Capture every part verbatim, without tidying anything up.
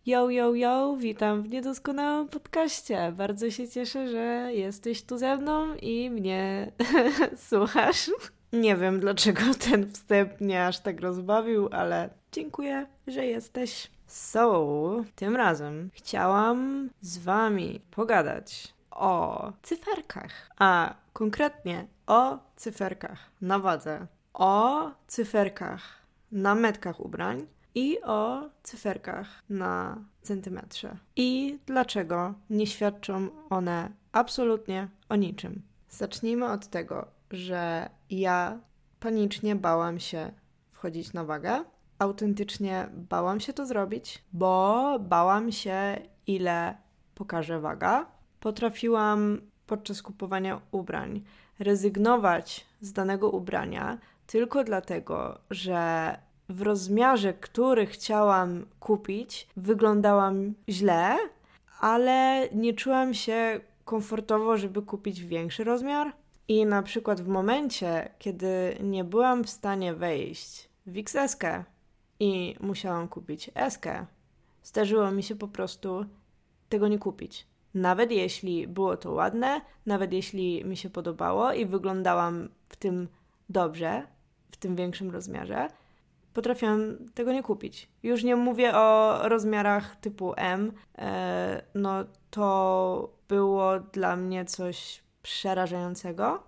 Yo, yo, yo, witam w niedoskonałym podcaście. Bardzo się cieszę, że jesteś tu ze mną i mnie słuchasz. Nie wiem, dlaczego ten wstęp mnie aż tak rozbawił, ale dziękuję, że jesteś. So, tym razem chciałam z wami pogadać o cyferkach, a konkretnie o cyferkach na wadze, o cyferkach na metkach ubrań i o cyferkach na centymetrze. I dlaczego nie świadczą one absolutnie o niczym. Zacznijmy od tego, że ja panicznie bałam się wchodzić na wagę. Autentycznie bałam się to zrobić, bo bałam się, ile pokaże waga. Potrafiłam podczas kupowania ubrań rezygnować z danego ubrania tylko dlatego, że w rozmiarze, który chciałam kupić, wyglądałam źle, ale nie czułam się komfortowo, żeby kupić większy rozmiar. I na przykład w momencie, kiedy nie byłam w stanie wejść w iks eskę i musiałam kupić eskę, zdarzyło mi się po prostu tego nie kupić. Nawet jeśli było to ładne, nawet jeśli mi się podobało i wyglądałam w tym dobrze, w tym większym rozmiarze, potrafiłam tego nie kupić. Już nie mówię o rozmiarach typu M. E, no to było dla mnie coś przerażającego.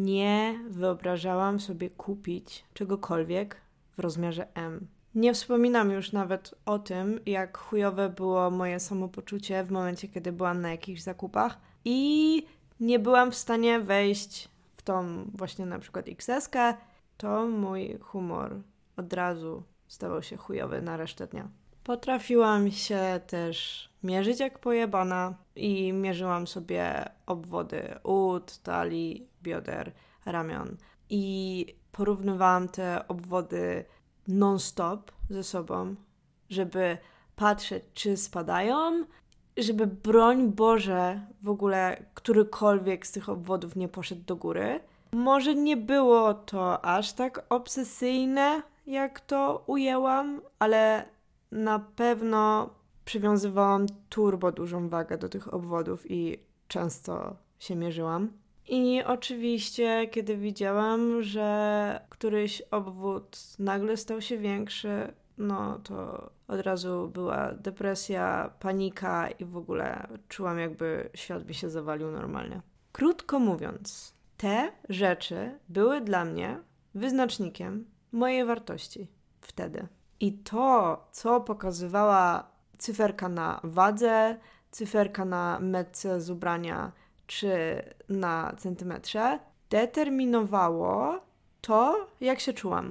Nie wyobrażałam sobie kupić czegokolwiek w rozmiarze M. Nie wspominam już nawet o tym, jak chujowe było moje samopoczucie w momencie, kiedy byłam na jakichś zakupach i nie byłam w stanie wejść w tą właśnie na przykład iks eskę, to mój humor od razu stawał się chujowy na resztę dnia. Potrafiłam się też mierzyć jak pojebana i mierzyłam sobie obwody ud, talii, bioder, ramion i porównywałam te obwody non-stop ze sobą, żeby patrzeć, czy spadają, żeby broń Boże w ogóle którykolwiek z tych obwodów nie poszedł do góry. Może nie było to aż tak obsesyjne, jak to ujęłam, ale na pewno przywiązywałam turbo dużą wagę do tych obwodów i często się mierzyłam. I oczywiście, kiedy widziałam, że któryś obwód nagle stał się większy, no to od razu była depresja, panika i w ogóle czułam, jakby świat mi się zawalił normalnie. Krótko mówiąc, te rzeczy były dla mnie wyznacznikiem mojej wartości wtedy. I to, co pokazywała cyferka na wadze, cyferka na metce z ubrania czy na centymetrze, determinowało to, jak się czułam.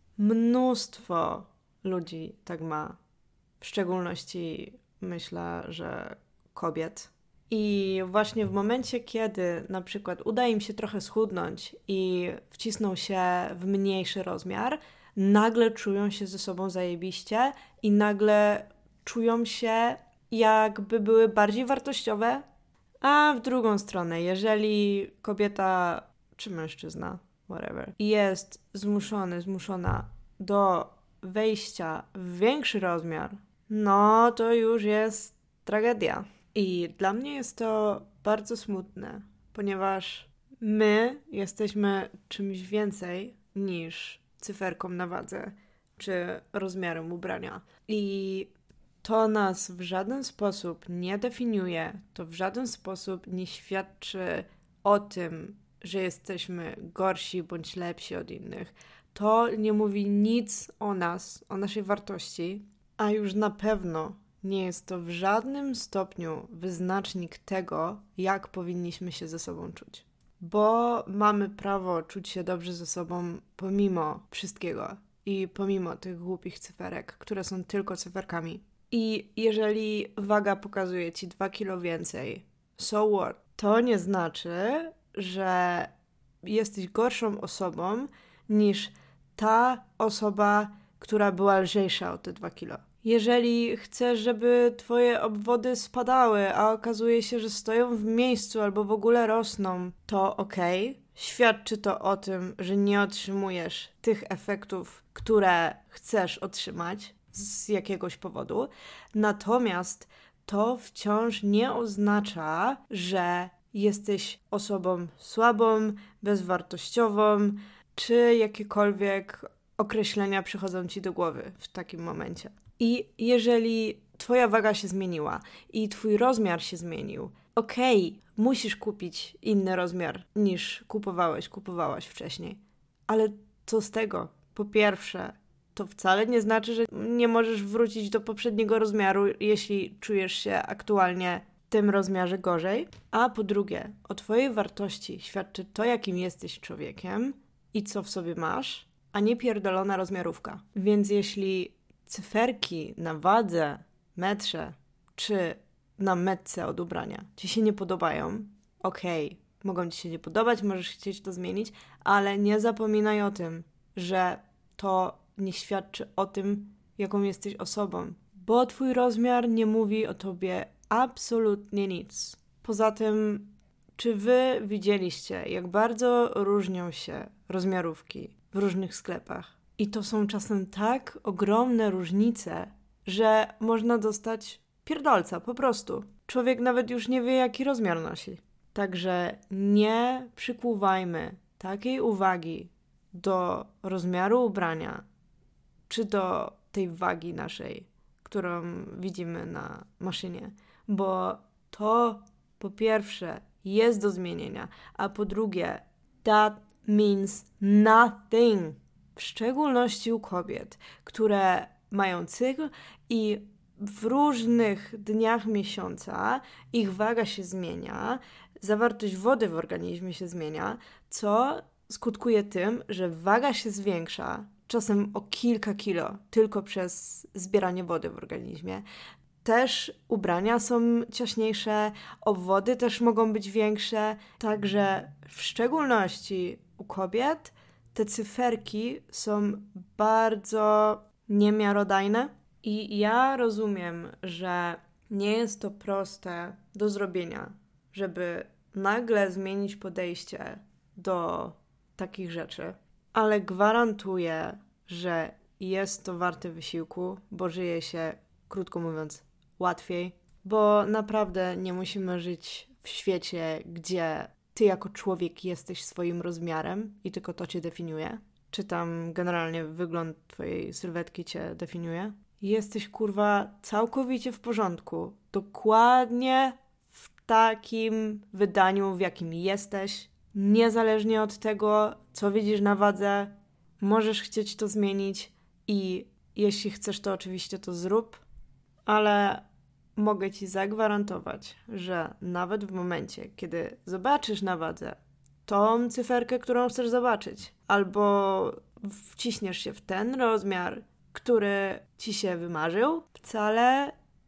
Mnóstwo ludzi tak ma. W szczególności myślę, że kobiet. I właśnie w momencie, kiedy na przykład uda im się trochę schudnąć i wcisną się w mniejszy rozmiar, nagle czują się ze sobą zajebiście i nagle czują się, jakby były bardziej wartościowe. A w drugą stronę, jeżeli kobieta czy mężczyzna, whatever, jest zmuszony, zmuszona do wejścia w większy rozmiar, no to już jest tragedia. I dla mnie jest to bardzo smutne, ponieważ my jesteśmy czymś więcej niż cyferką na wadze czy rozmiarem ubrania. I to nas w żaden sposób nie definiuje, to w żaden sposób nie świadczy o tym, że jesteśmy gorsi bądź lepsi od innych. To nie mówi nic o nas, o naszej wartości, a już na pewno nie jest to w żadnym stopniu wyznacznik tego, jak powinniśmy się ze sobą czuć. Bo mamy prawo czuć się dobrze ze sobą pomimo wszystkiego i pomimo tych głupich cyferek, które są tylko cyferkami. I jeżeli waga pokazuje ci dwa kilo więcej, so what? To nie znaczy, że jesteś gorszą osobą niż ta osoba, która była lżejsza o te dwa kilo. Jeżeli chcesz, żeby twoje obwody spadały, a okazuje się, że stoją w miejscu albo w ogóle rosną, to okej. Okay. Świadczy to o tym, że nie otrzymujesz tych efektów, które chcesz otrzymać. z jakiegoś powodu. Natomiast to wciąż nie oznacza, że jesteś osobą słabą, bezwartościową, czy jakiekolwiek określenia przychodzą ci do głowy w takim momencie. I jeżeli twoja waga się zmieniła i twój rozmiar się zmienił, okej, okay, musisz kupić inny rozmiar niż kupowałeś, kupowałaś wcześniej. Ale co z tego? Po pierwsze, to wcale nie znaczy, że nie możesz wrócić do poprzedniego rozmiaru, jeśli czujesz się aktualnie w tym rozmiarze gorzej. A po drugie, o twojej wartości świadczy to, jakim jesteś człowiekiem i co w sobie masz, a nie pierdolona rozmiarówka. Więc jeśli cyferki na wadze, metrze czy na metce od ubrania ci się nie podobają, okej, okay, mogą ci się nie podobać, możesz chcieć to zmienić, ale nie zapominaj o tym, że to nie świadczy o tym, jaką jesteś osobą, bo twój rozmiar nie mówi o tobie absolutnie nic. Poza tym, czy wy widzieliście, jak bardzo różnią się rozmiarówki w różnych sklepach? I to są czasem tak ogromne różnice, że można dostać pierdolca, po prostu. Człowiek nawet już nie wie, jaki rozmiar nosi. Także nie przykuwajmy takiej uwagi do rozmiaru ubrania, czy do tej wagi naszej, którą widzimy na maszynie, bo to po pierwsze jest do zmienienia, a po drugie that means nothing. W szczególności u kobiet, które mają cykl i w różnych dniach miesiąca ich waga się zmienia, zawartość wody w organizmie się zmienia, co skutkuje tym, że waga się zwiększa, czasem o kilka kilo, tylko przez zbieranie wody w organizmie. Też ubrania są ciaśniejsze, obwody też mogą być większe, także w szczególności u kobiet te cyferki są bardzo niemiarodajne i ja rozumiem, że nie jest to proste do zrobienia, żeby nagle zmienić podejście do takich rzeczy, ale gwarantuję, że jest to warte wysiłku, bo żyje się, krótko mówiąc, łatwiej, bo naprawdę nie musimy żyć w świecie, gdzie ty jako człowiek jesteś swoim rozmiarem i tylko to cię definiuje. Czy tam generalnie wygląd twojej sylwetki cię definiuje. Jesteś, kurwa, całkowicie w porządku. Dokładnie w takim wydaniu, w jakim jesteś. Niezależnie od tego, co widzisz na wadze, możesz chcieć to zmienić i jeśli chcesz, to oczywiście to zrób, ale mogę ci zagwarantować, że nawet w momencie, kiedy zobaczysz na wadze tą cyferkę, którą chcesz zobaczyć, albo wciśniesz się w ten rozmiar, który ci się wymarzył, wcale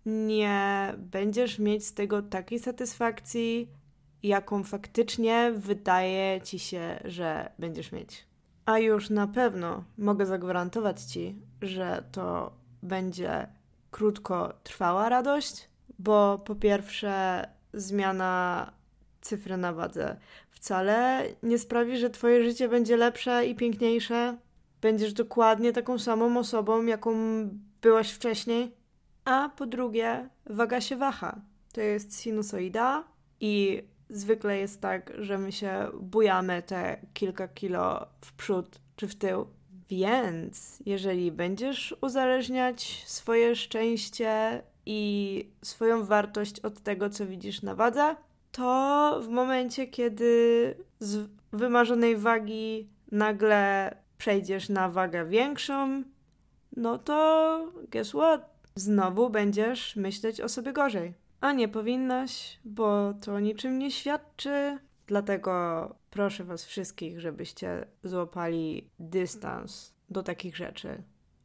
nie będziesz mieć z tego takiej satysfakcji, jaką faktycznie wydaje ci się, że będziesz mieć. A już na pewno mogę zagwarantować ci, że to będzie krótkotrwała radość, bo po pierwsze zmiana cyfry na wadze wcale nie sprawi, że twoje życie będzie lepsze i piękniejsze. Będziesz dokładnie taką samą osobą, jaką byłaś wcześniej. A po drugie, waga się waha. To jest sinusoida i zwykle jest tak, że my się bujamy te kilka kilo w przód czy w tył. Więc jeżeli będziesz uzależniać swoje szczęście i swoją wartość od tego, co widzisz na wadze, to w momencie, kiedy z wymarzonej wagi nagle przejdziesz na wagę większą, no to guess what? Znowu będziesz myśleć o sobie gorzej. A nie powinnaś, bo to niczym nie świadczy. Dlatego proszę was wszystkich, żebyście złapali dystans do takich rzeczy,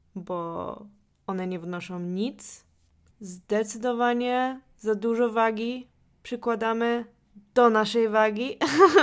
bo one nie wnoszą nic. Zdecydowanie za dużo wagi przykładamy do naszej wagi,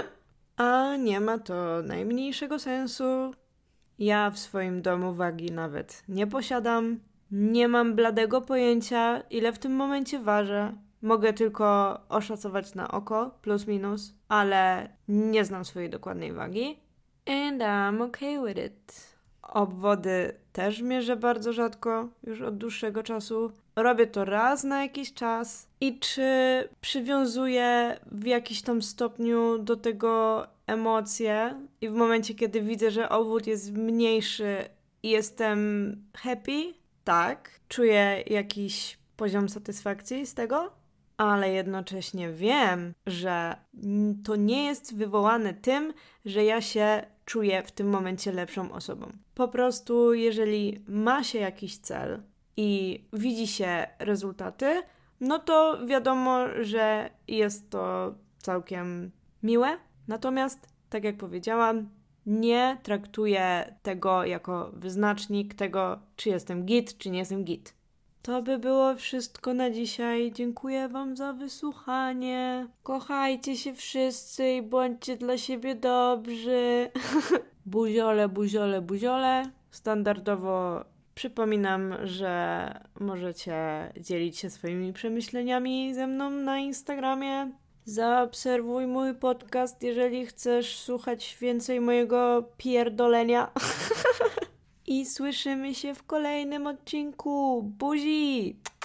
a nie ma to najmniejszego sensu. Ja w swoim domu wagi nawet nie posiadam. Nie mam bladego pojęcia, ile w tym momencie ważę. Mogę tylko oszacować na oko, plus minus, ale nie znam swojej dokładnej wagi. And I'm okay with it. Obwody też mierzę bardzo rzadko, już od dłuższego czasu. Robię to raz na jakiś czas. I czy przywiązuję w jakiś tam stopniu do tego emocje i w momencie, kiedy widzę, że obwód jest mniejszy i jestem happy? Tak. Czuję jakiś poziom satysfakcji z tego, ale jednocześnie wiem, że to nie jest wywołane tym, że ja się czuję w tym momencie lepszą osobą. Po prostu, jeżeli ma się jakiś cel i widzi się rezultaty, no to wiadomo, że jest to całkiem miłe. Natomiast, tak jak powiedziałam, nie traktuję tego jako wyznacznik tego, czy jestem git, czy nie jestem git. To by było wszystko na dzisiaj. Dziękuję Wam za wysłuchanie. Kochajcie się wszyscy i bądźcie dla siebie dobrzy. Buziole, buziole, buziole. Standardowo przypominam, że możecie dzielić się swoimi przemyśleniami ze mną na Instagramie. Zaobserwuj mój podcast, jeżeli chcesz słuchać więcej mojego pierdolenia. I słyszymy się w kolejnym odcinku. Buzi!